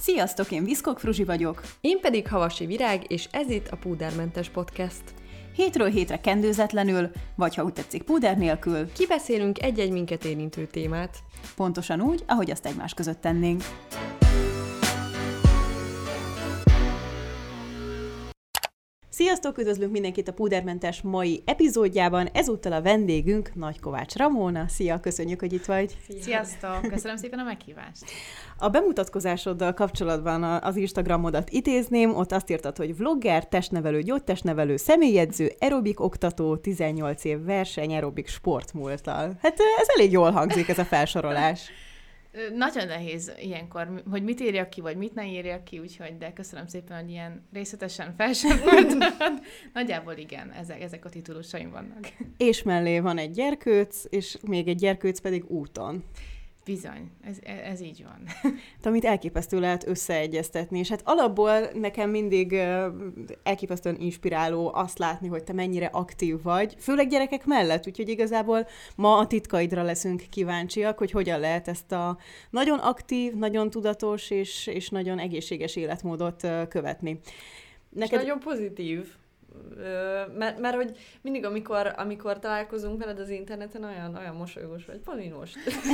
Sziasztok, én Viszkok Fruzsi vagyok. Én pedig Havasi Virág, és ez itt a Púdermentes Podcast. Hétről hétre kendőzetlenül, vagy ha úgy tetszik, púder nélkül Kibeszélünk egy-egy minket érintő témát. pontosan úgy, ahogy azt egymás között tennénk. Sziasztok, üdvözlünk mindenkit a Púdermentes mai epizódjában. Ezúttal a vendégünk Nagy Kovács Ramóna. Szia, köszönjük, hogy itt vagy. Sziasztok! Köszönöm szépen a meghívást! A bemutatkozásoddal kapcsolatban az Instagramodat idézném, ott azt írtad, hogy vlogger, testnevelő, gyógytestnevelő, személyedző, aerobik oktató, 18 év verseny, aerobik sportmúlttal. Hát ez elég jól hangzik, ez a felsorolás. Nagyon nehéz ilyenkor, hogy mit írjak ki, vagy mit ne írjak ki, úgyhogy, de köszönöm szépen, hogy ilyen részletesen felsoroltad. Nagyjából igen, ezek a titulusaim vannak. És mellé van egy gyerkőc, és még egy gyerkőc pedig úton. Bizony, ez így van. Amit elképesztő lehet összeegyeztetni, és hát alapból nekem mindig elképesztően inspiráló azt látni, hogy te mennyire aktív vagy, főleg gyerekek mellett, úgyhogy igazából ma a titkaidra leszünk kíváncsiak, hogy hogyan lehet ezt a nagyon aktív, nagyon tudatos és nagyon egészséges életmódot követni. Neked... És nagyon pozitív. Mert hogy mindig, amikor találkozunk veled az interneten, olyan mosolygós vagy. Pont most.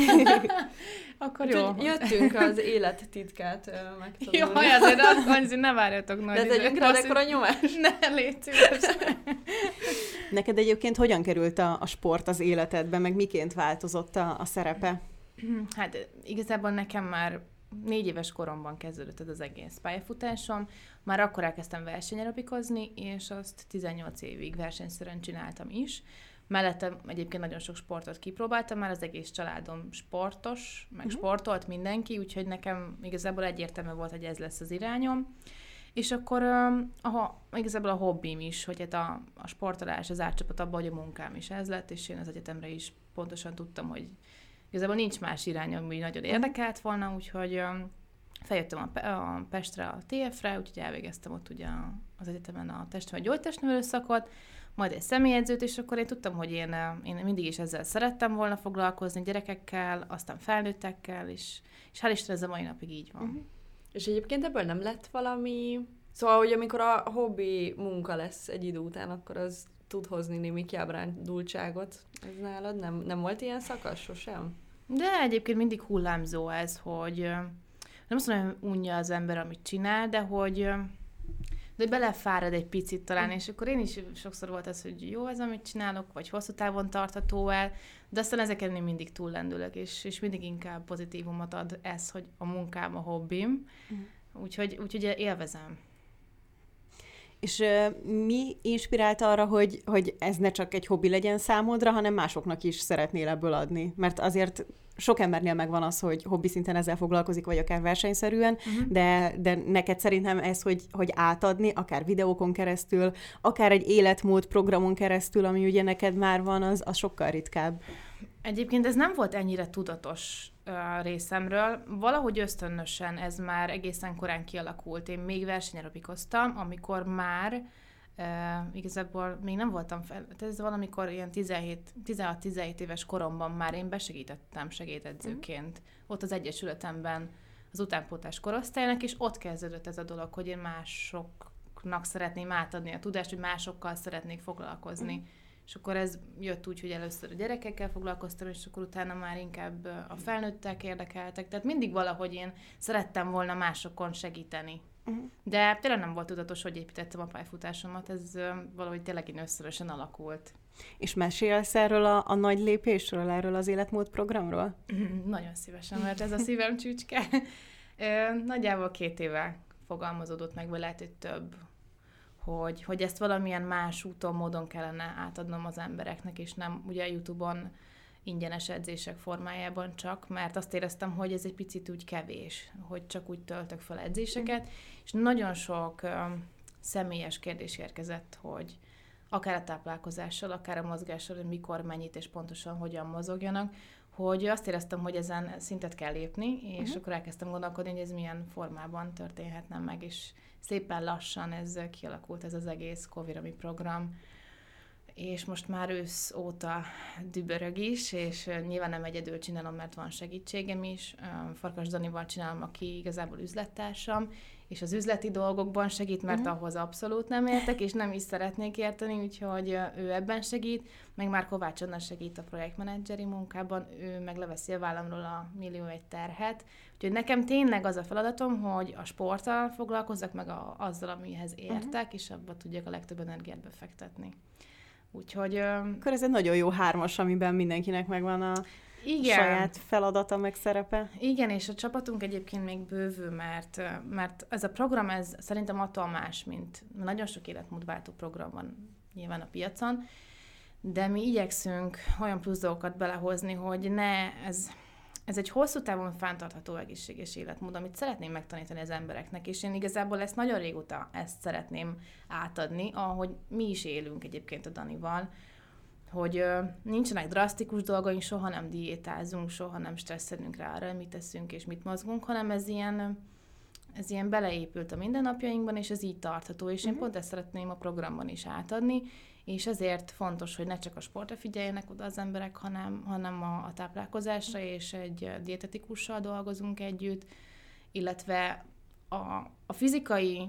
Akkor jó. Jöttünk az élet titkát megtanulni. Jó, azért ne várjatok nagy. De tegyünk rád akkor a nyomás. Ne, légy szíves. Neked egyébként hogyan került a sport az életedbe, meg miként változott a szerepe? Hát igazából nekem már 4 éves koromban kezdődött ez az egész pályafutásom. Már akkor elkezdtem versenyerobikozni, és azt 18 évig versenyszerűen csináltam is. Mellette egyébként nagyon sok sportot kipróbáltam, már az egész családom sportos, meg sportolt mindenki, úgyhogy nekem igazából egyértelmű volt, hogy ez lesz az irányom. És akkor igazából a hobbim is, hogy hát a sportolás, az átcsapott abba, hogy a munkám is ez lett, és én az egyetemre is pontosan tudtam, hogy igazából nincs más irány, ami nagyon érdekelt volna, úgyhogy feljöttem a Pestre, a TF-re, úgyhogy elvégeztem ott ugye az egyetemen a gyógytestnevelő szakot, majd egy személyedzőt, és akkor én tudtam, hogy én mindig is ezzel szerettem volna foglalkozni, gyerekekkel, aztán felnőttekkel, és hál' Isten ez a mai napig így van. Uh-huh. És egyébként ebből nem lett valami... Szóval, hogy amikor a hobbi munka lesz egy idő után, akkor az tud hozni némi kiábrándultságot. Ez nálad nem volt ilyen szakasz sosem? De egyébként mindig hullámzó ez, hogy nem azt mondom, hogy unja az ember, amit csinál, de hogy belefárad egy picit talán, és akkor én is sokszor volt az, hogy jó ez, amit csinálok, vagy hosszú távon tartható el, de aztán ezeken én mindig túllendülök, és mindig inkább pozitívumot ad ez, hogy a munkám, a hobbim, úgyhogy élvezem. És mi inspirált arra, hogy ez ne csak egy hobbi legyen számodra, hanem másoknak is szeretnél ebből adni? Mert azért sok embernél megvan az, hogy hobbi szinten ezzel foglalkozik, vagy akár versenyszerűen, de neked szerintem ez, hogy átadni, akár videókon keresztül, akár egy életmód programon keresztül, ami ugye neked már van, az sokkal ritkább. Egyébként ez nem volt ennyire tudatos részemről. Valahogy ösztönösen ez már egészen korán kialakult. Én még versenyarobikoztam, amikor már igazából még nem voltam fel. Ez valamikor ilyen 16-17 éves koromban már én besegítettem segédedzőként. Ott az Egyesületemben az utánpótlás korosztálynak, és ott kezdődött ez a dolog, hogy én másoknak szeretném átadni a tudást, hogy másokkal szeretnék foglalkozni. És akkor ez jött úgy, hogy először a gyerekekkel foglalkoztam, és akkor utána már inkább a felnőttek érdekeltek. Tehát mindig valahogy én szerettem volna másokon segíteni. De tényleg nem volt tudatos, hogy építettem a pályafutásomat, ez valahogy tényleg ösztönösen alakult. És mesélsz erről a nagy lépésről, erről az életmód programról? Nagyon szívesen, mert ez a szívem csücske. Nagyjából 2 éve fogalmazódott meg, vagy lehet, hogy több, hogy ezt valamilyen más úton, módon kellene átadnom az embereknek, és nem ugye a YouTube-on ingyenes edzések formájában csak, mert azt éreztem, hogy ez egy picit úgy kevés, hogy csak úgy töltök fel edzéseket, és nagyon sok személyes kérdés érkezett, hogy akár a táplálkozással, akár a mozgással, hogy mikor, mennyit és pontosan hogyan mozogjanak, hogy azt éreztem, hogy ezen szintet kell lépni, és akkor elkezdtem gondolkodni, hogy ez milyen formában történhetne meg, és szépen lassan ez kialakult, ez az egész Covirami program. és most már ősz óta dübörög is, és nyilván nem egyedül csinálom, mert van segítségem is. Farkas Danival csinálom, aki igazából üzlettársam, és az üzleti dolgokban segít, mert ahhoz abszolút nem értek, és nem is szeretnék érteni, úgyhogy ő ebben segít, meg már Kovács Anna segít a projektmenedzseri munkában, ő meg leveszi a vállamról a millió egy terhet. Úgyhogy nekem tényleg az a feladatom, hogy a sporttal foglalkozzak, meg azzal, amihez értek, és abba tudjak a legtöbb energiát befektetni. Úgyhogy... Akkor ez egy nagyon jó hármas, amiben mindenkinek megvan a saját feladata, meg szerepe. Igen, és a csapatunk egyébként még bővül, mert ez a program, ez szerintem attól más, mint nagyon sok életmódváltó program van nyilván a piacon, de mi igyekszünk olyan plusz dolgokat belehozni, hogy ez egy hosszú távon fenntartható egészséges életmód, amit szeretném megtanítani az embereknek, és én igazából ezt nagyon régóta ezt szeretném átadni, ahogy mi is élünk egyébként a Danival, hogy nincsenek drasztikus dolgaink, soha nem diétázunk, soha nem stresszelünk rá arra, mit teszünk és mit mozgunk, hanem ez ilyen beleépült a mindennapjainkban, és ez így tartható, és én pont ezt szeretném a programban is átadni, és ezért fontos, hogy ne csak a sportra figyeljenek oda az emberek, hanem a táplálkozásra, és egy dietetikussal dolgozunk együtt, illetve a fizikai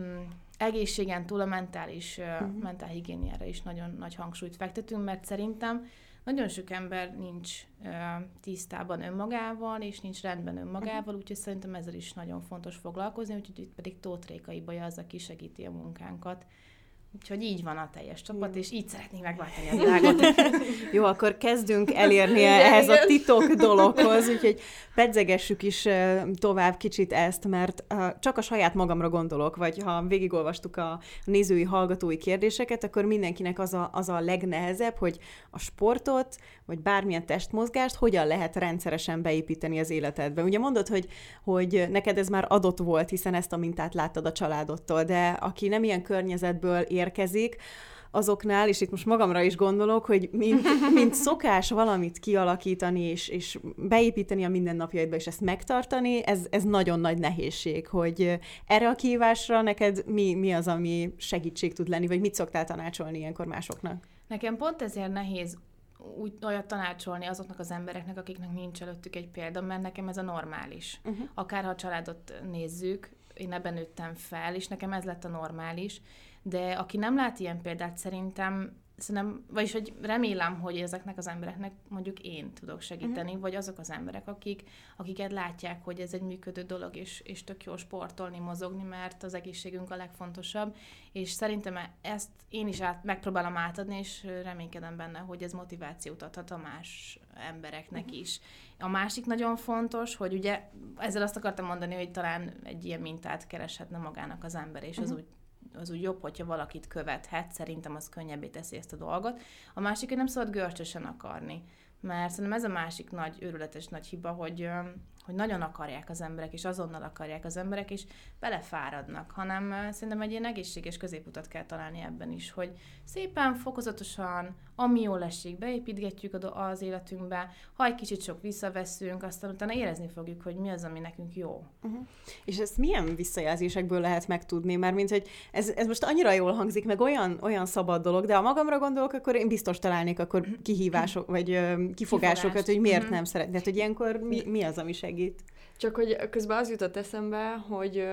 egészségen túl a mentális mentálhigiéniára is nagyon nagy hangsúlyt fektetünk, mert szerintem nagyon sok ember nincs tisztában önmagával, és nincs rendben önmagával, úgyhogy szerintem ezzel is nagyon fontos foglalkozni, úgyhogy itt pedig Tóth Rékai Baja az, aki segíti a munkánkat. Úgyhogy így van a teljes csapat, és így szeretnénk megváltani a világot. Jó, akkor kezdünk elérni ehhez a titok dologhoz, úgyhogy pedzegessük is tovább kicsit ezt, mert csak a saját magamra gondolok, vagy ha végigolvastuk a nézői, hallgatói kérdéseket, akkor mindenkinek az a legnehezebb, hogy a sportot, vagy bármilyen testmozgást hogyan lehet rendszeresen beépíteni az életedbe. Ugye mondod, hogy neked ez már adott volt, hiszen ezt a mintát láttad a családodtól, de aki nem ilyen környezetből érkezik, azoknál, és itt most magamra is gondolok, hogy mint szokás valamit kialakítani, és beépíteni a mindennapjaidba, és ezt megtartani, ez nagyon nagy nehézség, hogy erre a kihívásra neked mi az, ami segítség tud lenni, vagy mit szoktál tanácsolni ilyenkor másoknak? Nekem pont ezért nehéz olyat tanácsolni azoknak az embereknek, akiknek nincs előttük egy példa, mert nekem ez a normális. Akárha a családot nézzük, én ebben nőttem fel, és nekem ez lett a normális, de aki nem lát ilyen példát, szerintem, vagyis hogy remélem, hogy ezeknek az embereknek mondjuk én tudok segíteni, vagy azok az emberek, akiket látják, hogy ez egy működő dolog, és tök jó sportolni, mozogni, mert az egészségünk a legfontosabb, és szerintem ezt én is megpróbálom átadni, és reménykedem benne, hogy ez motivációt adhat a más embereknek is. A másik nagyon fontos, hogy ugye ezzel azt akartam mondani, hogy talán egy ilyen mintát kereshetne magának az ember, és az úgy jobb, hogyha valakit követhet, szerintem az könnyebbé teszi ezt a dolgot. A másik, hogy nem szabad görcsösen akarni, mert szerintem ez a másik nagy, őrületes nagy hiba, hogy nagyon akarják az emberek, és azonnal akarják az emberek, és belefáradnak, hanem szerintem egy ilyen egészséges középutat kell találni ebben is, hogy szépen, fokozatosan, ami jól esik, beépítgetjük az életünkbe, ha egy kicsit sok visszaveszünk, aztán utána érezni fogjuk, hogy mi az, ami nekünk jó. És ezt milyen visszajelzésekből lehet megtudni? Mármint, hogy ez most annyira jól hangzik, meg olyan szabad dolog, de ha magamra gondolok, akkor én biztos találnék akkor kihívások, vagy kifogásokat, hogy miért nem szeret. De hogy ilyenkor mi az, ami segít? Csak hogy közben az jutott eszembe, hogy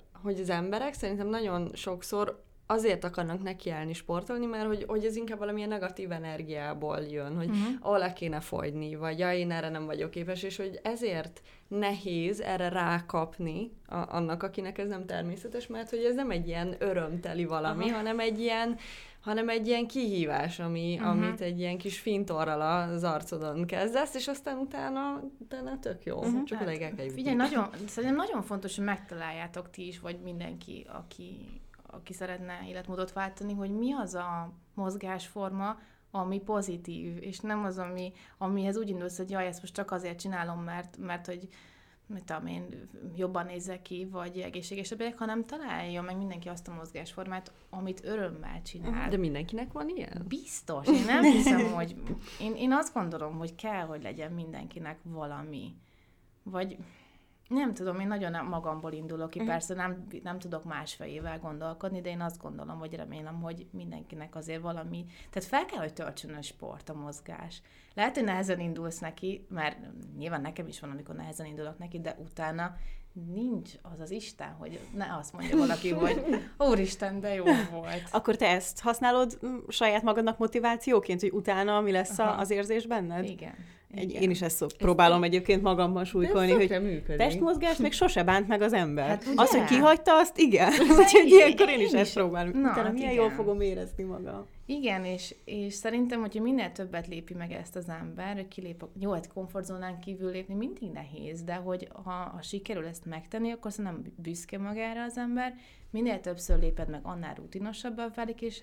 az emberek szerintem nagyon sokszor azért akarnak nekiállni sportolni, mert hogy ez inkább valamilyen negatív energiából jön, hogy le kéne fogyni, vagy én erre nem vagyok képes, és hogy ezért nehéz erre rákapni annak, akinek ez nem természetes, mert hogy ez nem egy ilyen örömteli valami, hanem egy ilyen kihívás, amit egy ilyen kis fintorral az arcodon kezdesz, és aztán utána tök jó. Csak odaig el kell jutni. Figyelj, szerintem nagyon fontos, hogy megtaláljátok ti is, vagy mindenki, aki szeretne életmódot váltani, hogy mi az a mozgásforma, ami pozitív, és nem az, amihez úgy indulsz, hogy jaj, ezt most csak azért csinálom, mert hogy én jobban nézek ki, vagy egészségesebb legyek, hanem találjon meg mindenki azt a mozgásformát, amit örömmel csinál. De mindenkinek van ilyen? Biztos. Én nem hiszem, hogy... Én azt gondolom, hogy kell, hogy legyen mindenkinek valami. Vagy Nem tudom, én nagyon magamból indulok ki, persze nem tudok más fejével gondolkodni, de én azt gondolom, vagy remélem, hogy mindenkinek azért valami, tehát fel kell, hogy töltsön a sport, a mozgás. Lehet, hogy nehezen indulsz neki, mert nyilván nekem is van, amikor nehezen indulok neki, de utána nincs az az Isten, hogy ne azt mondja valaki, hogy úristen, de jó volt. Akkor te ezt használod saját magadnak motivációként, hogy utána mi lesz az érzés benned? Igen. Én is ezt próbálom egyébként magamban súlykolni, hogy testmozgás még sose bánt meg az ember. Hát, az, hogy kihagyta, azt igen. Úgyhogy ilyenkor én is ezt próbálom. Utána milyen jól fogom érezni magam. Igen, és szerintem, hogyha minél többet lépi meg ezt az ember, hogy kilép jó, hát komfortzónán kívül lépni mindig nehéz, de hogy ha sikerül ezt megtenni, akkor szerintem büszke magára az ember, minél többször léped meg, annál rutinosabbá válik, és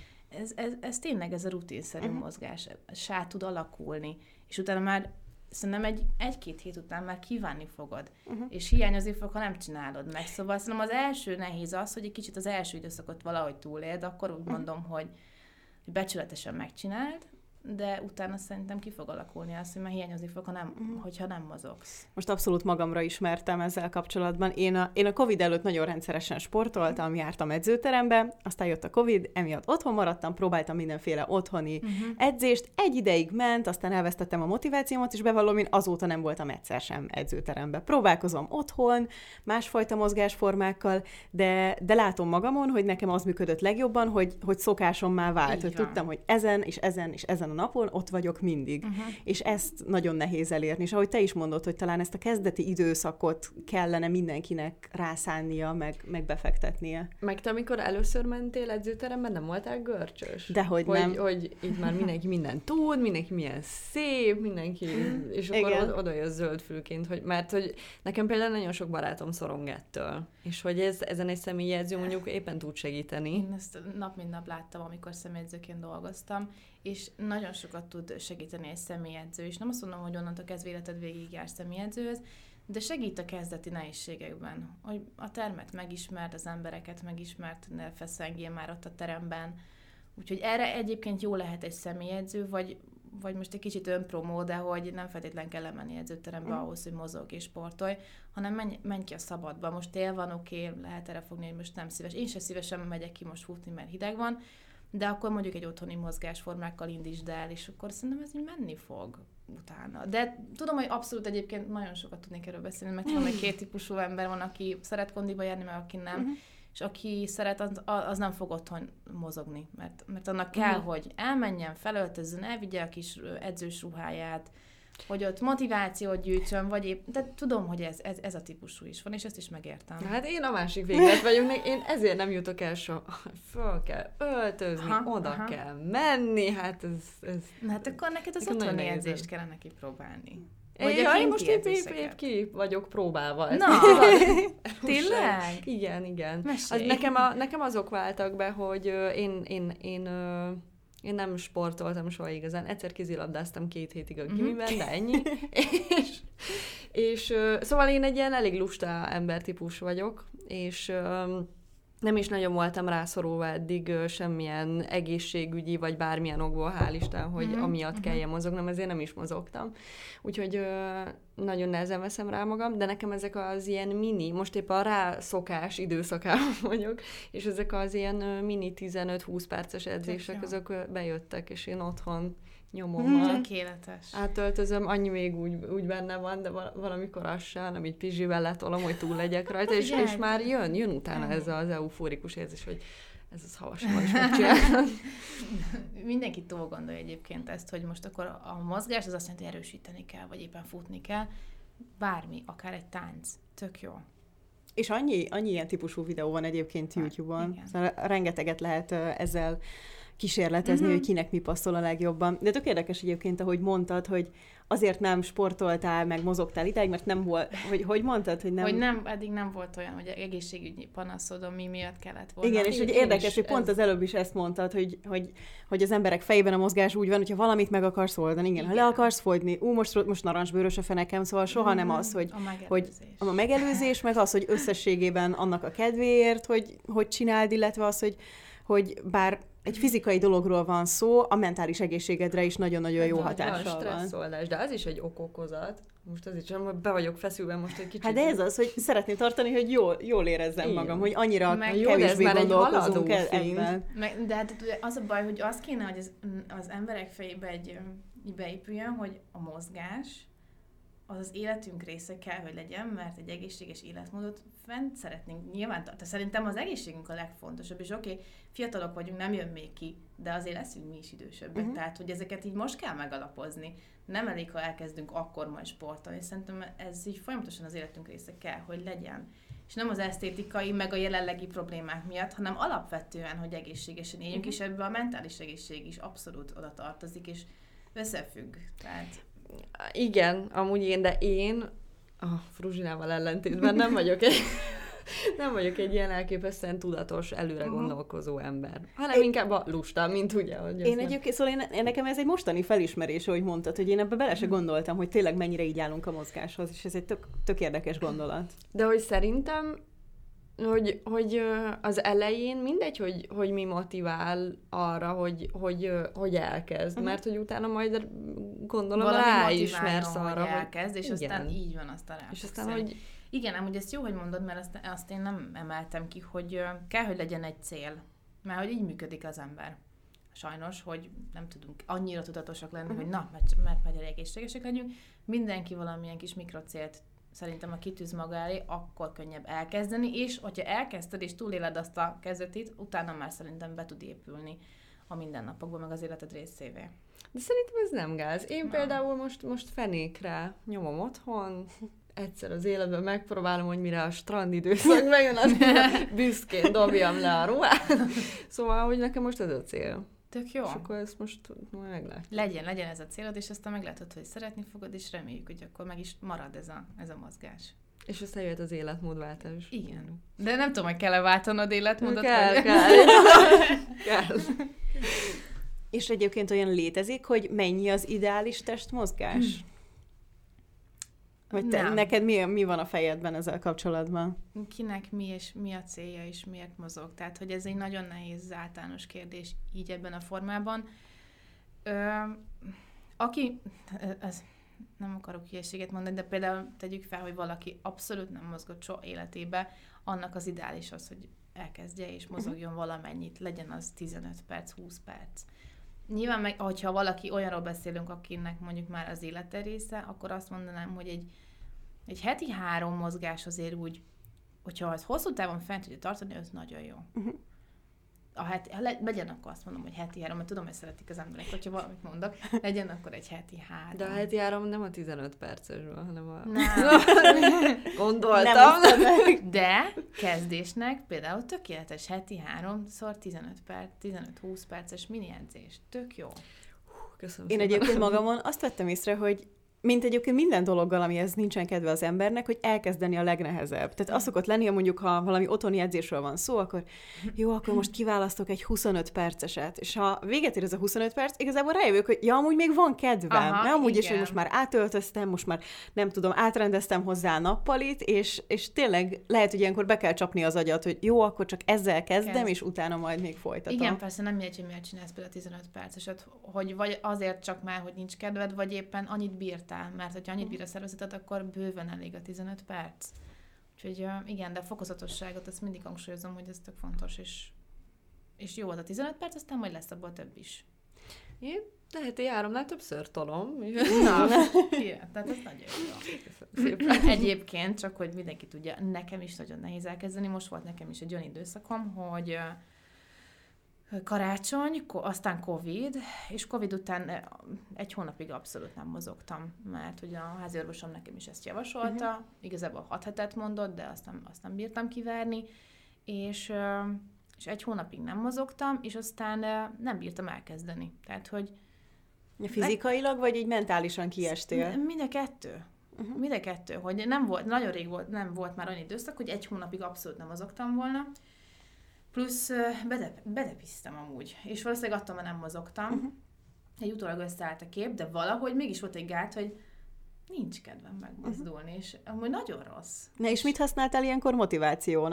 ez tényleg ez a rutinszerű mozgás tud alakulni. És utána már szerintem egy-két hét után már kívánni fogod, és hiányozni fog, ha nem csinálod meg. Szóval szerintem az első nehéz az, hogy egy kicsit az első időszakot valahogy túléld, akkor úgy mondom, hogy becsületesen megcsináld, de utána szerintem ki fog alakulni az, hogy már hiányozni fog, hogyha nem mozogsz. Most abszolút magamra ismertem ezzel kapcsolatban. Én a Covid előtt nagyon rendszeresen sportoltam, jártam edzőterembe, aztán jött a Covid, emiatt otthon maradtam, próbáltam mindenféle otthoni edzést, egy ideig ment, aztán elvesztettem a motivációmat, és bevallom, én azóta nem voltam egyszer sem edzőterembe. Próbálkozom otthon, másfajta mozgásformákkal, de látom magamon, hogy nekem az működött legjobban, hogy szokásommá vált, hogy tudtam, hogy ezen és ezen a napon ott vagyok mindig. És ezt nagyon nehéz elérni. És ahogy te is mondod, hogy talán ezt a kezdeti időszakot kellene mindenkinek rászánnia, meg befektetnie. Meg te, amikor először mentél edzőteremben, nem voltál görcsös? Dehogy nem. Hogy itt már mindenki mindent tud, mindenki milyen szép, mindenki, és akkor oda jössz zöldfülként, mert hogy nekem például nagyon sok barátom szorong ettől. És hogy ezen egy személyedző mondjuk éppen tud segíteni. Én ezt nap mint nap láttam, amikor személyedzőként dolgoztam, és nagyon sokat tud segíteni egy személyedző, és nem azt mondom, hogy onnantól kezdve életed végig jár személyedzőhöz, de segít a kezdeti nehézségekben, hogy a termet megismert, az embereket megismert, ne feszengjél már ott a teremben. Úgyhogy erre egyébként jó lehet egy személyedző, vagy most egy kicsit önpromó, de hogy nem feltétlenül kell lemenni edzőterembe ahhoz, hogy mozog és sportolj, hanem menj ki a szabadba. Most tél van, oké, lehet erre fogni, hogy most nem szíves. Én sem szívesen megyek ki most futni, mert hideg van, de akkor mondjuk egy otthoni mozgásformákkal indítsd el, és akkor szerintem ez így menni fog utána. De tudom, hogy abszolút egyébként nagyon sokat tudnék erről beszélni, meg tudom, hogy két típusú ember van, aki szeret kondiba járni, meg aki nem. És aki szeret, az nem fog otthon mozogni, mert annak kell, hogy elmenjen, felöltözzön, elvigye a kis edzős ruháját, hogy ott motivációt gyűjtsön, vagy épp, de tudom, hogy ez a típusú is van, és ezt is megértem. Hát én a másik véglet vagyok, én ezért nem jutok el soha. Föl kell öltözni, oda kell menni, hát ez... Hát akkor neked az otthoni edzést kellene kipróbálni. Én most épp ki vagyok próbálva. Na, tényleg? Igen. Nekem azok váltak be, hogy én nem sportoltam soha igazán. Egyszer kézilabdáztam 2 hétig a gimiben, de ennyi. és szóval én egy ilyen elég lusta embertípus vagyok, és nem is nagyon voltam rászorulva eddig semmilyen egészségügyi, vagy bármilyen okból, hál' Isten, hogy amiatt kelljen mozognom, ezért nem is mozogtam. Úgyhogy nagyon nehezen veszem rá magam, de nekem ezek az ilyen mini, most éppen a rászokás időszakában vagyok, és ezek az ilyen mini 15-20 perces edzések, azok bejöttek, és én otthon nyomom. Tökéletes. Átöltözöm, annyi még úgy benne van, de valamikor az sem, nem így pizsivel letolom, hogy túl legyek rajta, és már jön utána ez az eufórikus érzés, hogy ez az havasan is megcsinálom. Mindenki túl gondolja egyébként ezt, hogy most akkor a mozgás az azt jelenti, hogy erősíteni kell, vagy éppen futni kell. Bármi, akár egy tánc. Tök jó. És annyi ilyen típusú videó van egyébként YouTube-on. Szóval rengeteget lehet ezzel kísérletezni, hogy kinek mi passzol a legjobban. De tök érdekes egyébként, ahogy mondtad, hogy azért nem sportoltál, meg mozogtál ideig, mert nem volt, hogy mondtad, hogy nem... Hogy nem, eddig nem volt olyan, hogy egészségügyi panaszodom, mi miatt kellett volna. Igen, és hogy érdekes, hogy pont az előbb is ezt mondtad, hogy az emberek fejében a mozgás úgy van, hogyha valamit meg akarsz oldani, igen. Ha le akarsz fogyni, most narancsbőrös a fenekem, szóval soha nem az, hogy a megelőzés, meg az, hogy összességében annak a kedvéért, hogy csináld, illetve az, hogy bár egy fizikai dologról van szó, a mentális egészségedre is nagyon-nagyon jó hatással van. Stresszoldás, de az is egy okokozat. Most az is, hogy be vagyok feszülve most egy kicsit. Hát de ez az, hogy szeretném tartani, hogy jól érezzem magam, hogy annyira meg kevésbé gondolkozunk ebben. De hát az a baj, hogy az kéne, hogy az emberek fejébe így beépüljön, hogy a mozgás az életünk része kell, hogy legyen, mert egy egészséges életmódot fent szeretnénk nyilván. Szerintem az egészségünk a legfontosabb, és oké, fiatalok vagyunk, nem jön még ki, de azért leszünk mi is idősebbek. Tehát, hogy ezeket így most kell megalapozni. Nem elég, ha elkezdünk akkor majd sportolni. Szerintem ez így folyamatosan az életünk része kell, hogy legyen. És nem az esztétikai, meg a jelenlegi problémák miatt, hanem alapvetően, hogy egészségesen éljünk, és ebben a mentális egészség is abszolút oda tartozik, és összefügg. Tehát... Igen, amúgy én, de én a Fruzsinával ellentétben nem vagyok egy ilyen elképesztően tudatos, előre gondolkozó ember. Hanem inkább a lusta, mint ugye, hogy én egyébként, szóval nekem ez egy mostani felismerés, ahogy mondtad, hogy én ebbe bele se gondoltam, hogy tényleg mennyire így állunk a mozgáshoz, és ez egy tök érdekes gondolat. De hogy szerintem, hogy az elején mindegy, hogy mi motivál arra, hogy elkezd, mert hogy utána majd gondolom ráismersz arra, hogy elkezd, és igen. Aztán így van, aztán rá. És aztán, hogy... Igen, amúgy ezt jó, hogy mondod, mert azt én nem emeltem ki, hogy kell, hogy legyen egy cél. Mert hogy így működik az ember. Sajnos, hogy nem tudunk annyira tudatosak lenni, hogy mert magyar egészségesek legyünk. Mindenki valamilyen kis mikrocélt szerintem, ha kitűz maga elé, akkor könnyebb elkezdeni, és hogyha elkezdted és túléled azt a kezdetét, utána már szerintem be tud épülni a mindennapokban, meg az életed részévé. De szerintem ez nem gáz. Én például most fenékre nyomom otthon, egyszer az életben megpróbálom, hogy mire a strandidőszak bejön, azért büszkén dobjam le a ruhát. Szóval, hogy nekem most ez a cél. Tök jó. És akkor ezt most majd meglátjuk. Legyen ez a célod, és aztán meglátod, hogy szeretni fogod, és reméljük, hogy akkor meg is marad ez a mozgás. És aztán jöhet az életmódváltás. Igen. De nem tudom, hogy kell-e váltanod életmódot? Kell. És egyébként olyan létezik, hogy mennyi az ideális testmozgás? Vagy neked mi van a fejedben ezzel kapcsolatban? Kinek mi és mi a célja, és miért mozog? Tehát, hogy ez egy nagyon nehéz általános kérdés így ebben a formában. Nem akarok hülyeséget mondani, de például tegyük fel, hogy valaki abszolút nem mozgott soha életébe, annak az ideális az, hogy elkezdje és mozogjon valamennyit, legyen az 15 perc, 20 perc. Nyilván meg, hogyha valaki olyanról beszélünk, akinek mondjuk már az élete része, akkor azt mondanám, hogy egy heti 3 mozgás azért úgy, hogyha az hosszú távon fent tudja tartani, az nagyon jó. Legyen akkor azt mondom, hogy heti 3, mert tudom, hogy szeretik az emberek, hogyha valamit mondok, legyen akkor egy heti 3. De a heti 3 nem a 15 percesről, hanem a... Nem. Gondoltam. Nem de kezdésnek például tökéletes heti 3x 15 perc, 15-20 perces mini edzés. Tök jó. Köszönöm Én szépen. egyébként magamon azt vettem észre, hogy mint egyébként minden dologgal, amihez nincsen kedve az embernek, hogy elkezdeni a legnehezebb. Tehát az szokott lenni, mondjuk, ha valami otthoni edzésről van szó, akkor jó, akkor most kiválasztok egy 25 perceset. És ha véget ér ez a 25 perc, igazából rájövök, hogy ja, amúgy még van kedvem. Aha, mert amúgy igen. is, hogy most már átöltöztem, most már nem tudom, átrendeztem hozzá a nappalit, és tényleg lehet, hogy ilyenkor be kell csapni az agyat, hogy jó, akkor csak ezzel kezdem, és utána majd még folytatom. Igen, persze nem mindegy, hogy miért csinálsz például 15 perceset, hogy vagy azért csak már, hogy nincs kedved, vagy éppen annyit bírtál, mert hogyha annyit bír a szervezeted, akkor bőven elég a 15 perc. Úgyhogy igen, de a fokozatosságot, azt mindig hangsúlyozom, hogy ez tök fontos, és jó az a 15 perc, aztán majd lesz abból több is. Én heti 3-nál többször tolom. Na, igen, tehát ez nagyon jó. Egyébként, csak hogy mindenki tudja, nekem is nagyon nehéz elkezdeni. Most volt nekem is egy olyan időszakom, hogy karácsony, aztán Covid, és Covid után 1 hónapig abszolút nem mozogtam, mert ugye a háziorvosom nekem is ezt javasolta, igazából 6 hetet mondott, de azt nem bírtam kivárni, és 1 hónapig nem mozogtam, és aztán nem bírtam elkezdeni. Tehát, hogy... Fizikailag, vagy így mentálisan kiestél? Mind a kettő. Mind a kettő, hogy nagyon rég volt, nem volt már olyan időszak, hogy 1 hónapig abszolút nem mozogtam volna, plusz bedepiztem amúgy, és valószínűleg attól, mert nem mozogtam. Egy utólag összeállt a kép, de valahogy mégis volt egy gát, hogy nincs kedvem megmozdulni, és amúgy nagyon rossz. Na és mit használtál ilyenkor motivációnak?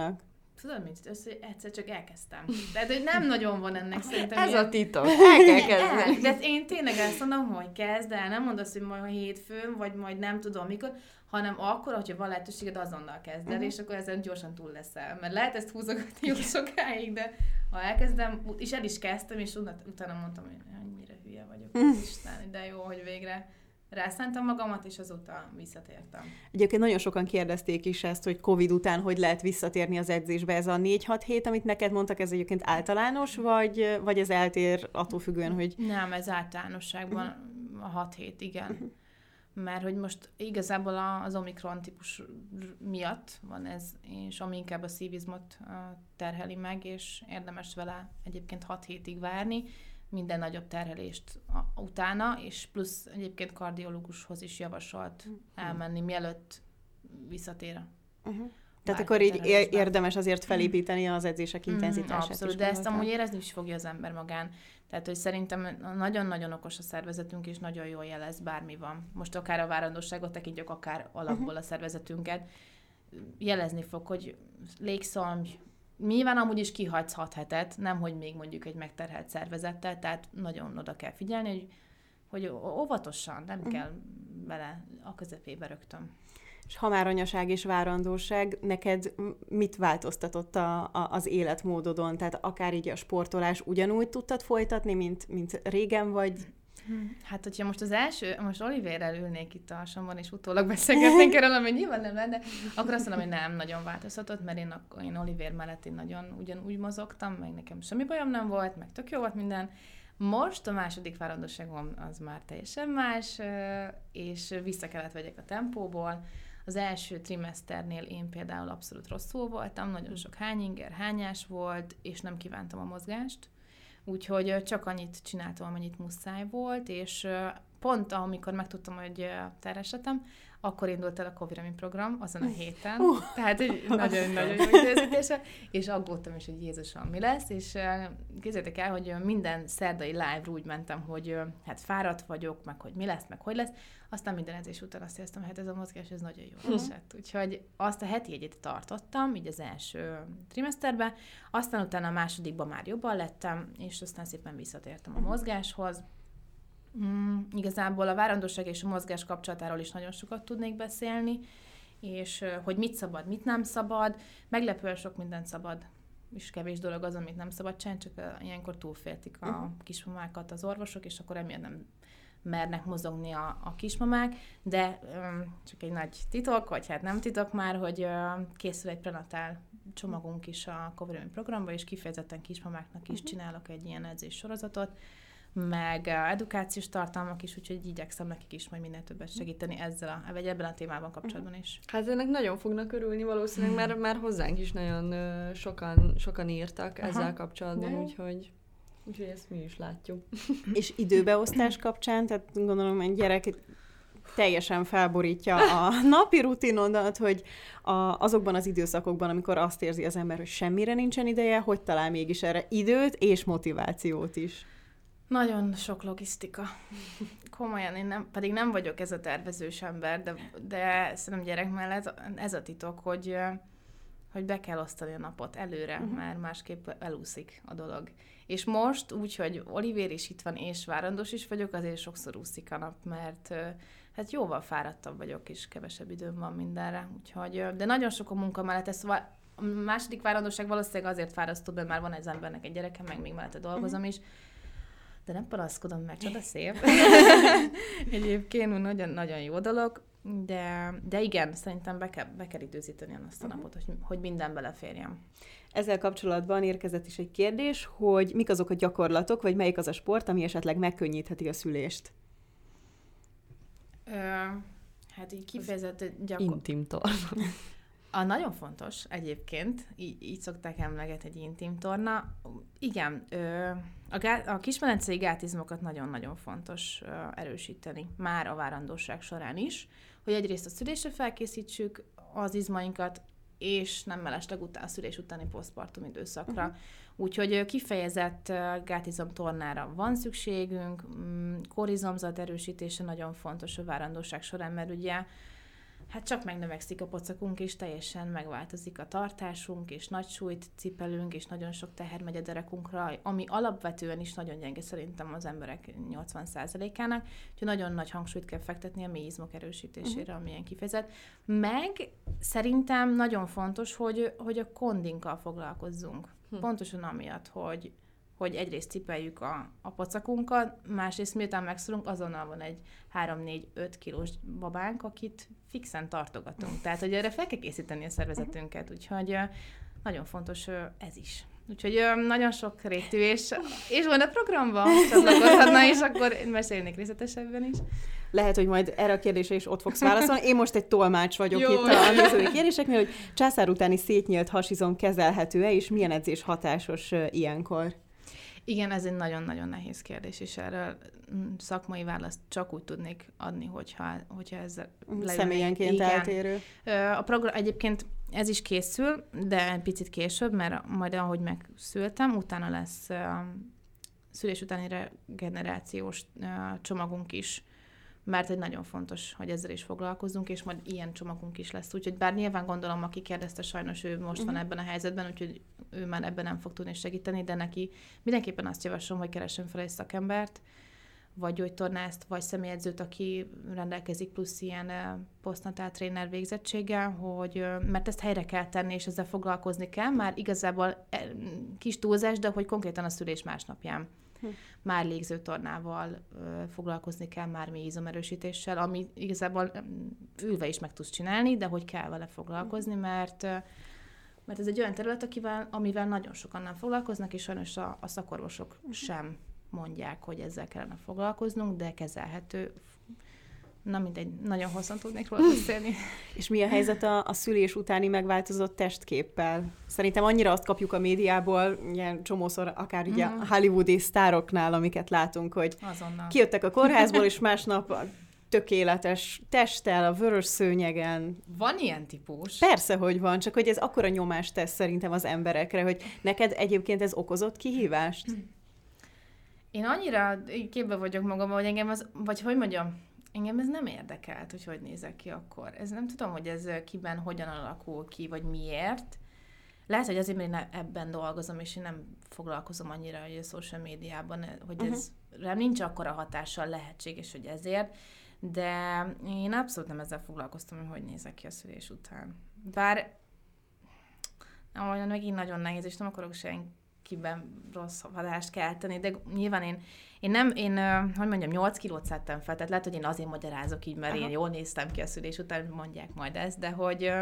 tudod mit? Egyszer csak elkezdtem. Tehát, hogy nem nagyon van ennek szerintem. Ez ilyen... a titok. El kell kezdeni. De én tényleg azt mondom, hogy kezd el, nem mondd azt, hogy majd hétfőn, vagy majd nem tudom mikor, hanem akkor, hogyha van lehetőséged, azonnal kezd el, és akkor ezen gyorsan túl leszel. Mert lehet ezt húzogatni jó sokáig, de ha elkezdem, és el is kezdtem, és utána mondtam, hogy annyira hülye vagyok, Isten, de jó, hogy végre rászántam magamat, és azóta visszatértem. Egyébként nagyon sokan kérdezték is ezt, hogy Covid után hogy lehet visszatérni az edzésbe. Ez a 4-6 hét, amit neked mondtak, ez egyébként általános, vagy ez eltér attól függően, hogy... Nem, ez általánosságban a 6 hét, igen. Mert hogy most igazából az Omikron típus miatt van ez, és ami inkább a szívizmot terheli meg, és érdemes vele egyébként 6 hétig várni, minden nagyobb terhelést utána, és plusz egyébként kardiológushoz is javasolt elmenni, mielőtt visszatér. Tehát akkor így érdemes azért felépíteni az edzések intenzitását. Abszolút, de ezt amúgy érezni is fogja az ember magán. Tehát, hogy szerintem nagyon-nagyon okos a szervezetünk, és nagyon jól jelez, bármi van. Most akár a várandóságot tekintjük, akár alapból a szervezetünket. Jelezni fog, hogy légszomj, nyilván amúgy is kihagysz 6 hetet, nemhogy még mondjuk egy megterhelt szervezettel, tehát nagyon oda kell figyelni, hogy óvatosan, nem kell bele a közepébe rögtön. És ha már anyaság és várandóság, neked mit változtatott az életmódodon? Tehát akár így a sportolás ugyanúgy tudtad folytatni, mint régen, vagy... Hát, hogyha most Olivérrel ülnék itt a alsóban, és utólag beszélgetnénk erről, ami nyilván nem lenne, akkor azt mondom, hogy nem nagyon változtatott, mert én Olivér mellett én nagyon ugyanúgy mozogtam, meg nekem semmi bajom nem volt, meg tök jó volt minden. Most a második várandóságom az már teljesen más, és vissza kellett vegyek a tempóból. Az első trimeszternél én például abszolút rosszul voltam, nagyon sok hányinger, hányás volt, és nem kívántam a mozgást. Úgyhogy csak annyit csináltam, amennyit muszáj volt, és pont amikor megtudtam, hogy terhesetem, akkor indult el a Covirami program azon a héten. Tehát egy nagyon-nagyon jó időzítése, és aggódtam is, hogy Jézusom, mi lesz, és képzeljétek el, hogy minden szerdai live-ra úgy mentem, hogy hát fáradt vagyok, meg hogy mi lesz, meg hogy lesz. Aztán minden edzés után azt éreztem, hogy hát ez a mozgás, ez nagyon jó esett. Úgyhogy azt a heti jegyet tartottam, így az első trimeszterben, aztán utána a másodikban már jobban lettem, és aztán szépen visszatértem a mozgáshoz. Igazából a várandóság és a mozgás kapcsolatáról is nagyon sokat tudnék beszélni, és hogy mit szabad, mit nem szabad. Meglepően sok mindent szabad, és kevés dolog az, amit nem szabad csinálni, csak ilyenkor túlféltik a kismamákat az orvosok, és akkor emiatt nem mernek mozogni a kismamák, de csak egy nagy titok, vagy hát nem titok már, hogy készül egy prenatál csomagunk is a Covirami programba, és kifejezetten kismamáknak is csinálok egy ilyen edzés sorozatot, meg edukációs tartalmak is, úgyhogy igyekszem nekik is majd minél többet segíteni vagy ebben a témában kapcsolatban is. Hát ennek nagyon fognak örülni valószínűleg, mert már hozzánk is nagyon sokan írtak ezzel kapcsolatban, úgyhogy ezt mi is látjuk. És időbeosztás kapcsán, tehát gondolom, egy gyerek teljesen felborítja a napi rutinodat, hogy azokban az időszakokban, amikor azt érzi az ember, hogy semmire nincsen ideje, hogy talál mégis erre időt és motivációt is. Nagyon sok logisztika. Komolyan, én pedig nem vagyok ez a tervezős ember, de szerintem gyerek mellett ez a titok, hogy be kell osztani a napot előre, mert másképp elúszik a dolog. És most úgy, hogy Olivér is itt van, és várandós is vagyok, azért sokszor úszik a nap, mert hát jóval fáradtabb vagyok, és kevesebb időm van mindenre. Úgyhogy, de nagyon sok a munka mellett, szóval a második várandóság valószínűleg azért fárasztó, mert már van egy embernek egy gyereke, meg még mellette dolgozom is, de nem panaszkodom, mert csoda szép. Egyébként nagyon-nagyon jó dolog, de igen, szerintem be kell időzíteni azt a napot, hogy minden beleférjen. Ezzel kapcsolatban érkezett is egy kérdés, hogy mik azok a gyakorlatok, vagy melyik az a sport, ami esetleg megkönnyítheti a szülést? Hát így kifejezett intim torna. Nagyon fontos egyébként, így szokták emlegetni egy intim torna. Igen, a kismedencei gátizmokat nagyon-nagyon fontos erősíteni, már a várandóság során is, hogy egyrészt a szülésre felkészítsük az izmainkat, és nem mellesleg a szülés utáni posztpartum időszakra. Úgyhogy kifejezett gátizomtornára van szükségünk, korizomzat erősítése nagyon fontos a várandóság során, mert ugye hát csak megnövekszik a pocakunk, és teljesen megváltozik a tartásunk, és nagy súlyt cipelünk, és nagyon sok teher megy a derekunkra, ami alapvetően is nagyon gyenge szerintem az emberek 80%-ának, úgyhogy nagyon nagy hangsúlyt kell fektetni a mélyizmok erősítésére, amilyen kifejezett. Meg szerintem nagyon fontos, hogy a kondinkkal foglalkozzunk. Pontosan amiatt, hogy egyrészt cipeljük a pocakunkat, másrészt miután megszülünk, azonnal van egy 3-4-5 kilós babánk, akit fixen tartogatunk. Tehát, hogy erre fel kell készíteni a szervezetünket, úgyhogy nagyon fontos ez is. Úgyhogy nagyon sok rétű, és van a programban, csatlakozhatna, és akkor mesélnék részletesebben is. Lehet, hogy majd erre a kérdésre is ott fogsz válaszolni. Én most egy tolmács vagyok itt a nézői kérdéseknél, hogy császár utáni szétnyílt hasizom kezelhető-e, és milyen edzés hatásos ilyenkor? Igen, ez egy nagyon-nagyon nehéz kérdés, és erre szakmai választ csak úgy tudnék adni, hogyha ezzel személyenként eltérő. A program egyébként ez is készül, de egy picit később, mert majd ahogy megszültem, utána lesz szülés utáni regenerációs csomagunk is, mert egy nagyon fontos, hogy ezzel is foglalkozzunk, és majd ilyen csomagunk is lesz. Úgyhogy bár nyilván gondolom, aki kérdezte, sajnos ő most van ebben a helyzetben, úgyhogy ő már ebben nem fog tudni segíteni, de neki mindenképpen azt javaslom, hogy keressen fel egy szakembert, vagy gyógytornászt, vagy személyedzőt, aki rendelkezik plusz ilyen posztnatál tréner végzettséggel, mert ezt helyre kell tenni, és ezzel foglalkozni kell, már igazából kis túlzás, de hogy konkrétan a szülés másnapján. Már légzőtornával foglalkozni kell, már mély izomerősítéssel, ami igazából ülve is meg tudsz csinálni, de hogy kell vele foglalkozni, mert ez egy olyan terület, amivel nagyon sokan nem foglalkoznak, és sajnos a szakorvosok sem mondják, hogy ezzel kellene foglalkoznunk, de kezelhető. Na mindegy, nagyon hosszan tudnék róla beszélni. És mi a helyzet a szülés utáni megváltozott testképpel? Szerintem annyira azt kapjuk a médiából, ilyen csomószor akár ugye a hollywoodi sztároknál, amiket látunk, hogy azonnal kijöttek a kórházból, és másnap tökéletes testtel, a vörös szőnyegen. Van ilyen típus? Persze, hogy van, csak hogy ez akkora nyomást tesz szerintem az emberekre, hogy neked egyébként ez okozott kihívást? Én annyira képbe vagyok magamban, hogy engem engem ez nem érdekelt, hogy nézek ki akkor. Ez nem tudom, hogy ez kiben hogyan alakul ki, vagy miért. Lehet, hogy azért, mert én ebben dolgozom, és én nem foglalkozom annyira hogy a social médiában, hogy ez rám nincs akkora hatással, lehetséges, hogy ezért, de én abszolút nem ezzel foglalkoztam, hogy nézek ki a szülés után. Bár megint nagyon nehéz, és nem akarok senkiben rossz hatást kelteni, de nyilván én 8 kilót szedtem fel, tehát lehet, hogy én azért magyarázok így, mert én jól néztem ki a szülés után, mondják majd ezt, de hogy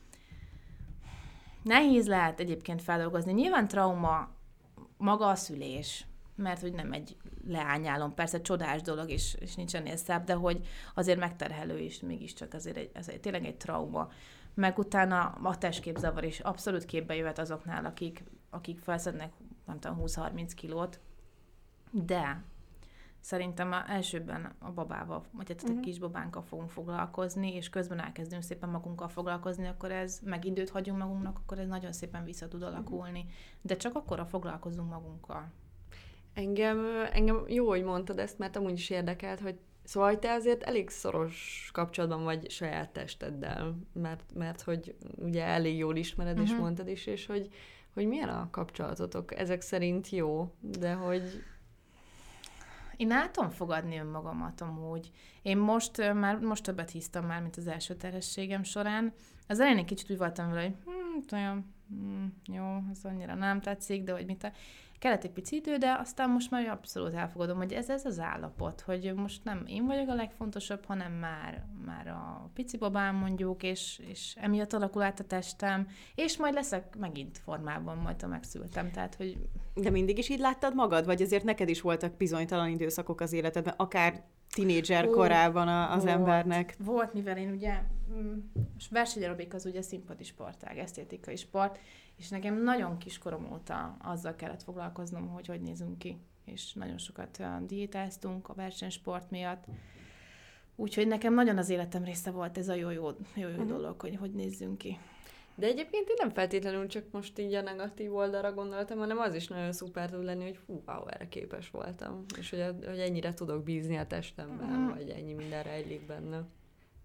nehéz lehet egyébként feldolgozni. Nyilván trauma maga a szülés, mert hogy nem egy leányálom, persze csodás dolog, és nincs ennél szebb, de hogy azért megterhelő is, mégiscsak azért ez tényleg egy trauma. Meg utána a testképzavar is abszolút képbe jöhet azoknál, akik felszednek, nem tudom, 20-30 kilót, de szerintem elsőben a babával, vagy a kisbabánkkal fogunk foglalkozni, és közben elkezdünk szépen magunkkal foglalkozni, akkor ez, meg időt hagyunk magunknak, akkor ez nagyon szépen vissza tud alakulni. De csak akkor foglalkozunk magunkkal. Engem jó, hogy mondtad ezt, mert amúgy is érdekelt, hogy szóval, hogy te azért elég szoros kapcsolatban vagy saját testeddel, mert hogy ugye elég jól ismered, és mondtad is, és hogy milyen a kapcsolatotok? Ezek szerint jó, de hogy... Én át tudom fogadni önmagamat amúgy. Én most többet hisztam már, mint az első terhességem során. Az elején egy kicsit úgy voltam vele, hogy jó, ez annyira nem tetszik, de hogy kellett egy pici idő, de aztán most már abszolút elfogadom, hogy ez az állapot, hogy most nem én vagyok a legfontosabb, hanem már a pici babám mondjuk, és emiatt alakul át a testem, és majd leszek megint formában, majd ha megszültem, tehát, hogy... De mindig is így láttad magad? Vagy azért neked is voltak bizonytalan időszakok az életedben, akár tinédzser korában az embernek? Volt, mivel én ugye versenyaerobika az ugye színpadi sportág, esztétikai sport, és nekem nagyon kiskorom óta azzal kellett foglalkoznom, hogy nézünk ki. És nagyon sokat diétáztunk a versenysport miatt. Úgyhogy nekem nagyon az életem része volt ez a jó dolog, hogy nézzünk ki. De egyébként én nem feltétlenül csak most így a negatív oldalra gondoltam, hanem az is nagyon szuper tud lenni, hogy wow, erre képes voltam. És hogy ennyire tudok bízni a testemben, vagy ennyi minden rejlik benne.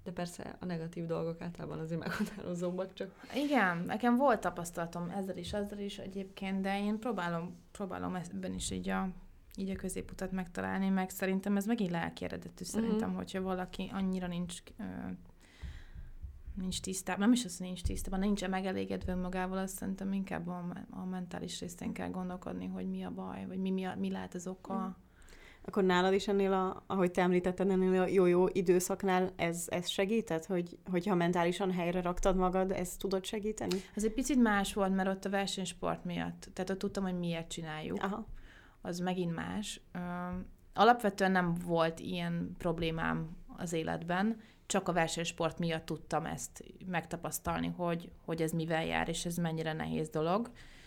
De persze a negatív dolgok általában azért meghatározóbbak csak. Igen, nekem volt tapasztalatom ezzel is egyébként, de én próbálom ebben is így a középutat megtalálni, meg szerintem ez megint lelki eredetű szerintem, hogyha valaki annyira nincs tisztában, nem is az, hogy nincs tisztában, nincs megelégedve magával, azt szerintem inkább a mentális részén kell gondolkodni, hogy mi a baj, vagy mi lehet az oka. Akkor nálad is ennél, ahogy te említetted, ennél a jó időszaknál ez segített, hogyha mentálisan helyre raktad magad, ez tudod segíteni? Ez egy picit más volt, mert ott a versenysport miatt, tehát ott tudtam, hogy miért csináljuk. Aha. Az megint más. Alapvetően nem volt ilyen problémám az életben, csak a versenysport miatt tudtam ezt megtapasztalni, hogy ez mivel jár, és ez mennyire nehéz dolog.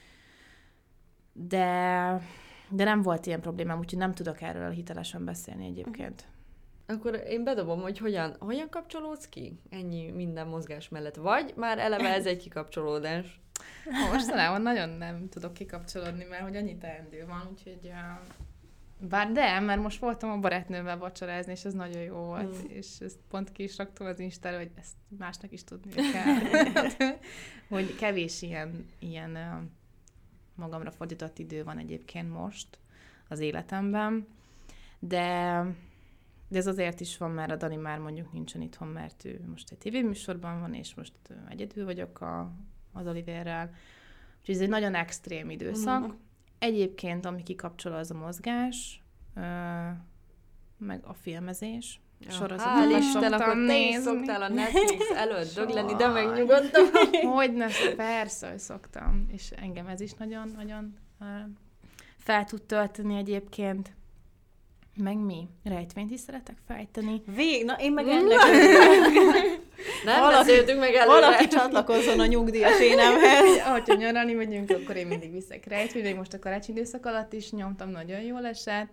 De nem volt ilyen problémám, úgyhogy nem tudok erről hitelesen beszélni egyébként. Akkor én bedobom, hogy hogyan kapcsolódsz ki ennyi minden mozgás mellett? Vagy már eleve ez egy kikapcsolódás? Mostanában nagyon nem tudok kikapcsolódni, mert hogy annyi teendő van, úgyhogy... mert most voltam a barátnőmmel vacsorázni, és ez nagyon jó volt, és ezt pont ki is raktam az Instára, hogy ezt másnak is tudni kell. Hogy kevés ilyen magamra fordított idő van egyébként most az életemben, de ez azért is van, mert a Dani már mondjuk nincsen itthon, mert ő most egy tévéműsorban van, és most egyedül vagyok az Oliverrel. Úgyhogy ez egy nagyon extrém időszak. Egyébként, ami kikapcsol, az a mozgás, meg a filmezés. Sorozatokat szoktam nézni. Szoktál a Netflix előtt dögleni, de megnyugodtam. Hogyne, persze, hogy szoktam. És engem ez is nagyon-nagyon fel tud tölteni egyébként. Meg mi? Rejtvényt is szeretek fejteni. Na, én meg ennek. Nem beszéltünk meg előre. Valaki csatlakozzon a nyugdíjas énemhez. Ahogy nyaralni megyünk, akkor én mindig viszek rejtvényt. Most a karácsony időszak alatt is nyomtam, nagyon jól esett.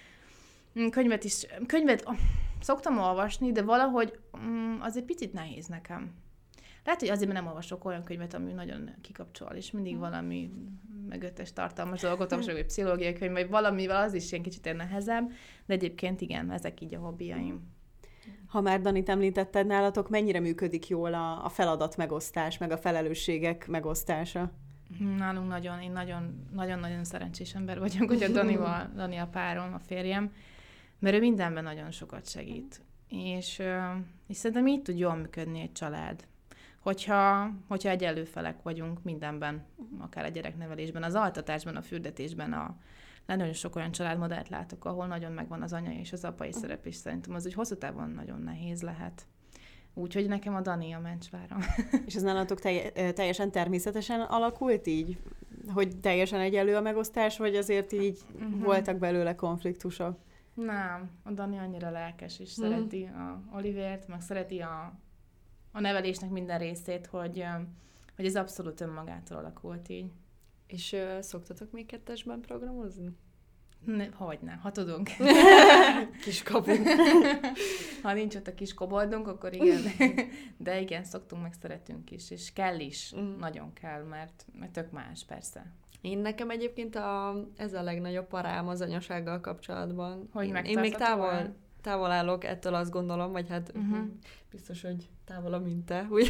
Könyvet szoktam olvasni, de valahogy az egy picit nehéz nekem. Lehet, hogy azért, mert nem olvasok olyan könyvet, ami nagyon kikapcsol, és mindig valami mögöttes tartalmas dolgot, vagy egy pszichológiai könyv, vagy valamivel az is ilyen kicsit nehezebb, de egyébként igen, ezek így a hobbiaim. Ha már Danit említetted, nálatok mennyire működik jól a feladat megosztás, meg a felelősségek megosztása? Nálunk én nagyon-nagyon szerencsés ember vagyok, hogy a Dani a párom, a férjem, mert ő mindenben nagyon sokat segít. És szerintem így tud jól működni egy család. Hogyha egyenlő felek vagyunk mindenben, akár a gyereknevelésben, az altatásban, a fürdetésben, nagyon sok olyan családmodellt látok, ahol nagyon megvan az anyai és az apai szerep, és szerintem az úgy hosszú távon nagyon nehéz lehet. Úgyhogy nekem a Dani a mencsváram. És ez nálatok teljesen természetesen alakult így? Hogy teljesen egyenlő a megosztás, vagy azért így voltak belőle konfliktusok? Nem, a Dani annyira lelkes, és szereti a Olivért, meg szereti a nevelésnek minden részét, hogy ez abszolút önmagától alakult így. És szoktatok még kettesben programozni? Hogyne, ha tudunk. Kiskabunk. Ha nincs ott a kis koboldunk, akkor igen. De igen, szoktunk, meg szeretünk is, és kell is. Nagyon kell, mert tök más, persze. Nekem egyébként ez a legnagyobb parám az anyasággal kapcsolatban. Hogy én még távol állok ettől, azt gondolom, vagy hát biztos, hogy távolabb, mint te, úgy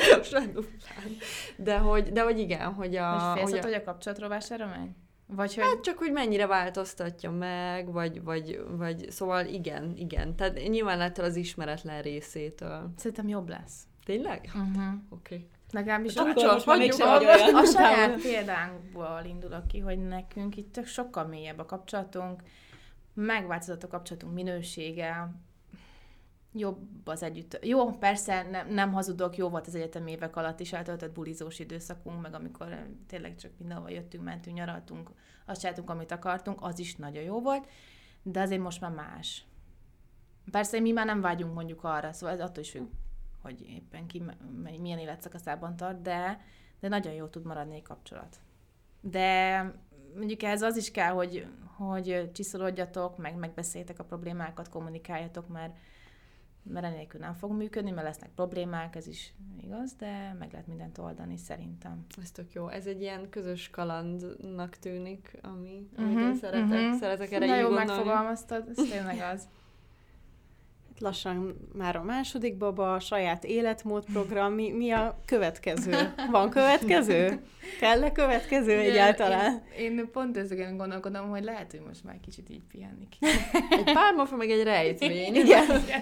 de hogy igen, hogy hogy hogy a kapcsolatróvására megy? Vagy hogy... Hát csak, hogy mennyire változtatja meg, vagy szóval igen. Tehát nyilván ettől az ismeretlen részétől. Szerintem jobb lesz. Tényleg? Oké. Legalábbis a saját példánkból indulok ki, hogy nekünk itt sokkal mélyebb a kapcsolatunk, megváltozott a kapcsolatunk minősége, jobb az együtt. Jó, persze nem hazudok, jó volt az egyetemi évek alatt is eltöltött bulizós időszakunk, meg amikor tényleg csak mindenhol jöttünk, mentünk, nyaraltunk, azt csináltunk, amit akartunk, az is nagyon jó volt, de azért most már más. Persze mi már nem vágyunk mondjuk arra, szóval ez attól is függ, hogy éppen ki milyen életszakaszában tart, de nagyon jó tud maradni egy kapcsolat. De mondjuk ehhez az is kell, hogy csiszolódjatok, megbeszéljetek a problémákat, kommunikáljatok, mert enélkül nem fog működni, mert lesznek problémák, ez is igaz, de meg lehet mindent oldani szerintem. Ez tök jó. Ez egy ilyen közös kalandnak tűnik, amit én szeretek erre Na így jó, gondolni. megfogalmaztad, ez tényleg az. lassan már a második baba, a saját életmódprogram, mi a következő? Van következő? Kell-e következő egyáltalán? Én pont ezeken gondolkodom, hogy lehet, hogy most már kicsit így pihenni ki. Egy pálmafa, meg egy rejtvény. Igen.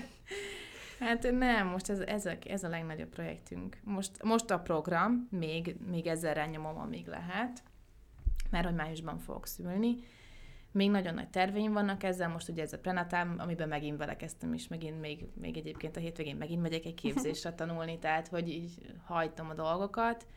Hát nem, most ez a legnagyobb projektünk. Most a program, még ezzel rányomom, amíg lehet, mert hogy májusban fogok szülni. Még nagyon nagy terveim vannak ezzel, most ugye ez a prenatál, amiben megint vele kezdtem, és megint még egyébként a hétvégén megint megyek egy képzésre tanulni, tehát hogy így hajtom a dolgokat.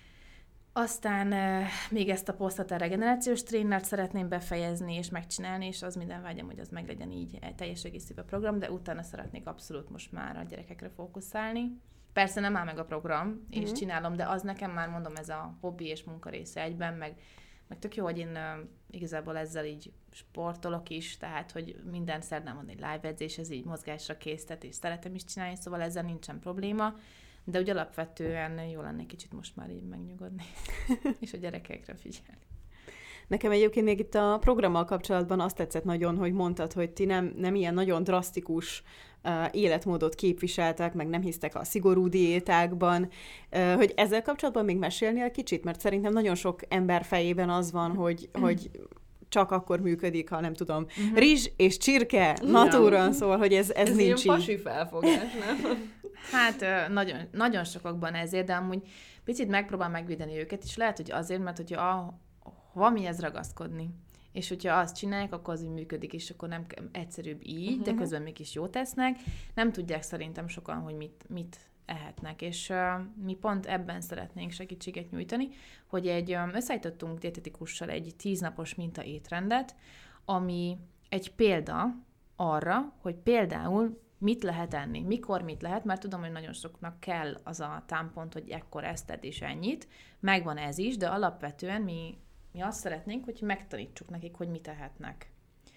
Aztán még ezt a posztatár regenerációs trénert szeretném befejezni és megcsinálni, és az minden vágyam, hogy az meglegyen így egy teljes egészében a program, de utána szeretnék abszolút most már a gyerekekre fókuszálni. Persze nem áll meg a program, és csinálom, de az nekem már mondom, ez a hobbi és munka része egyben, meg tök jó, hogy én igazából ezzel így sportolok is, tehát hogy minden szerdán van egy live edzés, ez így mozgásra késztet, és szeretem is csinálni, szóval ezzel nincsen probléma, de úgy alapvetően jó lenne kicsit most már így megnyugodni, és a gyerekekre figyelni. Nekem egyébként még itt a programmal kapcsolatban azt tetszett nagyon, hogy mondtad, hogy ti nem ilyen nagyon drasztikus életmódot képviseltek, meg nem hisztek a szigorú diétákban, hogy ezzel kapcsolatban még mesélnél kicsit, mert szerintem nagyon sok ember fejében az van, hogy csak akkor működik, ha nem tudom, rizs és csirke natúron, szóval, hogy ez nincs így. Ez ilyen pasi felfogás, nem? Hát nagyon, nagyon sokakban ezért, de amúgy picit megpróbál megvédeni őket, és lehet, hogy azért, mert hogyha van mihez ragaszkodni, és hogyha azt csinálják, akkor az így működik, és akkor nem egyszerűbb így, de közben mégis jót tesznek. Nem tudják szerintem sokan, hogy mit ehetnek, és mi pont ebben szeretnénk segítséget nyújtani, hogy összeállítottunk dietetikussal egy 10 napos minta étrendet, ami egy példa arra, hogy például mit lehet enni, mikor mit lehet, mert tudom, hogy nagyon soknak kell az a támpont, hogy ekkor ezt edd és ennyit, megvan ez is, de alapvetően mi azt szeretnénk, hogy megtanítsuk nekik, hogy mit tehetnek.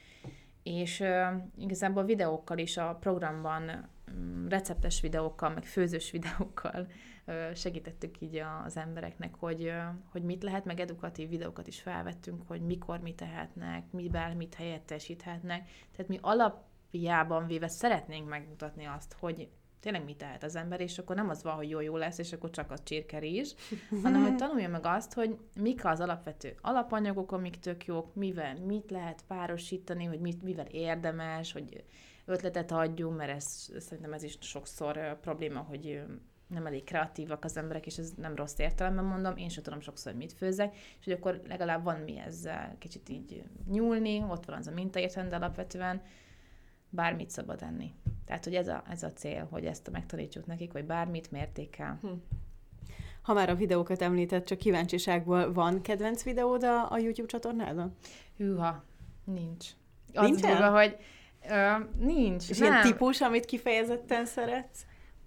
És igazából videókkal is a programban, receptes videókkal, meg főzős videókkal segítettük így az embereknek, hogy mit lehet, meg edukatív videókat is felvettünk, hogy mikor mit tehetnek, mivel mit helyettesíthetnek. Tehát mi alapjában véve szeretnénk megmutatni azt, hogy tényleg mit tehet az ember, és akkor nem az van, hogy jó lesz, és akkor csak az csirkerizs, hanem hogy tanulja meg azt, hogy mik az alapvető alapanyagok, amik tök jók, mivel mit lehet párosítani, hogy mivel érdemes, hogy ötletet adjunk, mert szerintem ez is sokszor probléma, hogy nem elég kreatívak az emberek, és ez nem rossz értelemben mondom, én sem tudom sokszor, hogy mit főzzek, és hogy akkor legalább van mi ezzel kicsit így nyúlni, ott van az a mintaértelem, de alapvetően bármit szabad enni. Tehát, hogy ez a cél, hogy ezt megtanítsuk nekik, hogy bármit mértékkel. Ha már a videókat említett, csak kíváncsiságból, van kedvenc videód a YouTube csatornádon? Hűha, nincs. Nincs? Durva, hogy nincs. És nem. ilyen típus, amit kifejezetten szeretsz?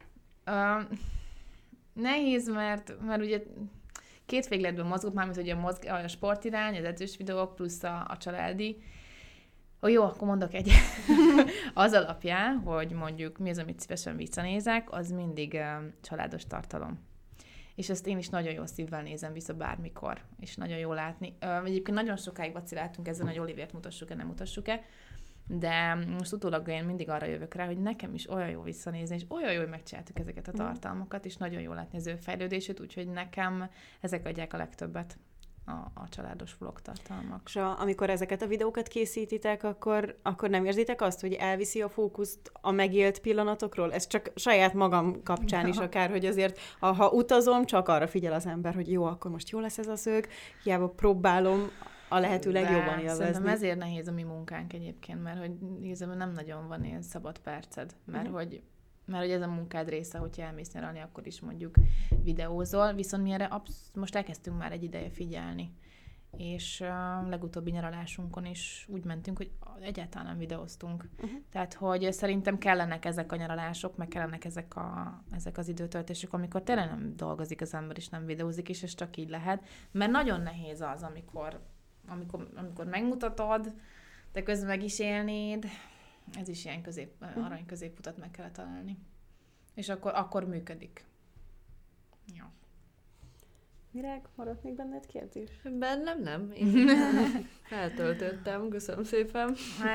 Nehéz, mert ugye két végletben mozgok, mármint ugye a sportirány, az edzős videók, plusz a családi. Jó, akkor mondok egy. Az alapján, hogy mondjuk mi az, amit szívesen visszanézek, az mindig családos tartalom. És ezt én is nagyon jó szívvel nézem vissza bármikor, és nagyon jó látni. Egyébként nagyon sokáig vaciláltunk ezen, hogy Olivért mutassuk-e, nem mutassuk-e, de most utólag én mindig arra jövök rá, hogy nekem is olyan jó visszanézni, és olyan jó, hogy megcsináltuk ezeket a tartalmakat, és nagyon jó látni az ő fejlődését, úgyhogy nekem ezek adják a legtöbbet. A családos vlog tartalmak. És amikor ezeket a videókat készítitek, akkor nem érzitek azt, hogy elviszi a fókuszt a megélt pillanatokról? Ez csak saját magam kapcsán is akár, hogy azért, ha utazom, csak arra figyel az ember, hogy jó, akkor most jó lesz ez a szög, hiába próbálom a lehető legjobban élvezni. Szerintem ezért nehéz a mi munkánk egyébként, mert hogy igazából nem nagyon van ilyen szabad perced, mert hogy ez a munkád része, hogyha elmész nyaralni, akkor is mondjuk videózol, viszont mi erre most elkezdtünk már egy ideje figyelni. És a legutóbbi nyaralásunkon is úgy mentünk, hogy egyáltalán nem videóztunk. Tehát, hogy szerintem kellenek ezek a nyaralások, meg kellenek ezek az időtöltések, amikor tényleg nem dolgozik az ember, és nem videózik, és ez csak így lehet. Mert nagyon nehéz az, amikor megmutatod, de közben meg is élnéd. Ez is ilyen arany középutat meg kell találni. És akkor működik. Ja. Virág, maradt még benned kérdés? Bennem nem. Én feltöltöttem, köszönöm szépen. Hát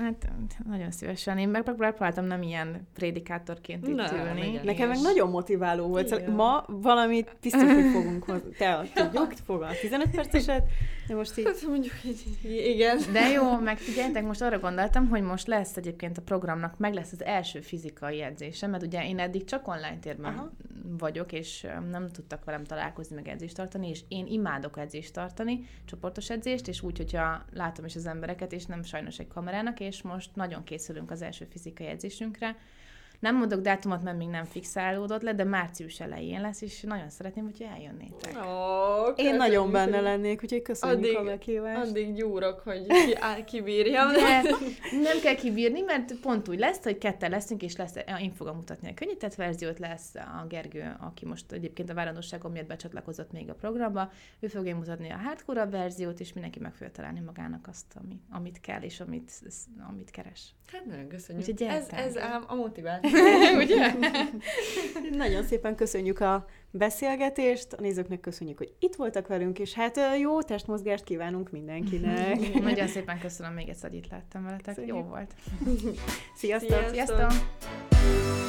Hát nagyon szívesen. Én megpróbáltam nem ilyen prédikátorként itt ülni. Nekem meg nagyon motiváló volt. Igen. Szóval ma valamit biztos, hogy fogunk hozni. Te tudjuk, fogom a 15 perceset, de most így... Hát mondjuk, igen. De jó, megfigyeljetek, most arra gondoltam, hogy most lesz egyébként a programnak, meg lesz az első fizikai edzése, mert ugye én eddig csak online térben vagyok, és nem tudtak velem találkozni, meg edzést tartani, és én imádok edzést tartani, csoportos edzést, és úgy, hogyha látom is az embereket, és nem sajnos egy kamerának, és most nagyon készülünk az első fizikai edzésünkre. Nem mondok dátumot, mert még nem fixálódott le, de március elején lesz, és nagyon szeretném, hogy eljönnétek. Én nagyon benne lennék, úgyhogy köszönjük a meghívást. Addig gyúrok, hogy kibírjam. De nem kell kibírni, mert pont úgy lesz, hogy ketten leszünk, és lesz, én fogom mutatni a könnyített verziót, lesz a Gergő, aki most egyébként a várandóságom miatt becsatlakozott még a programba, ő fogja mutatni a hardcore verziót, és mindenki meg fogja találni magának azt, amit kell, és amit keres. Hát nagyon köszönjük. Úgyhogy Ez a motiváció. Ugye? Nagyon szépen köszönjük a beszélgetést, a nézőknek köszönjük, hogy itt voltak velünk, és hát jó testmozgást kívánunk mindenkinek. Nagyon szépen köszönöm még egyszer, hogy itt láttam veletek. Köszönjük. Jó volt. Sziasztok! Sziasztok!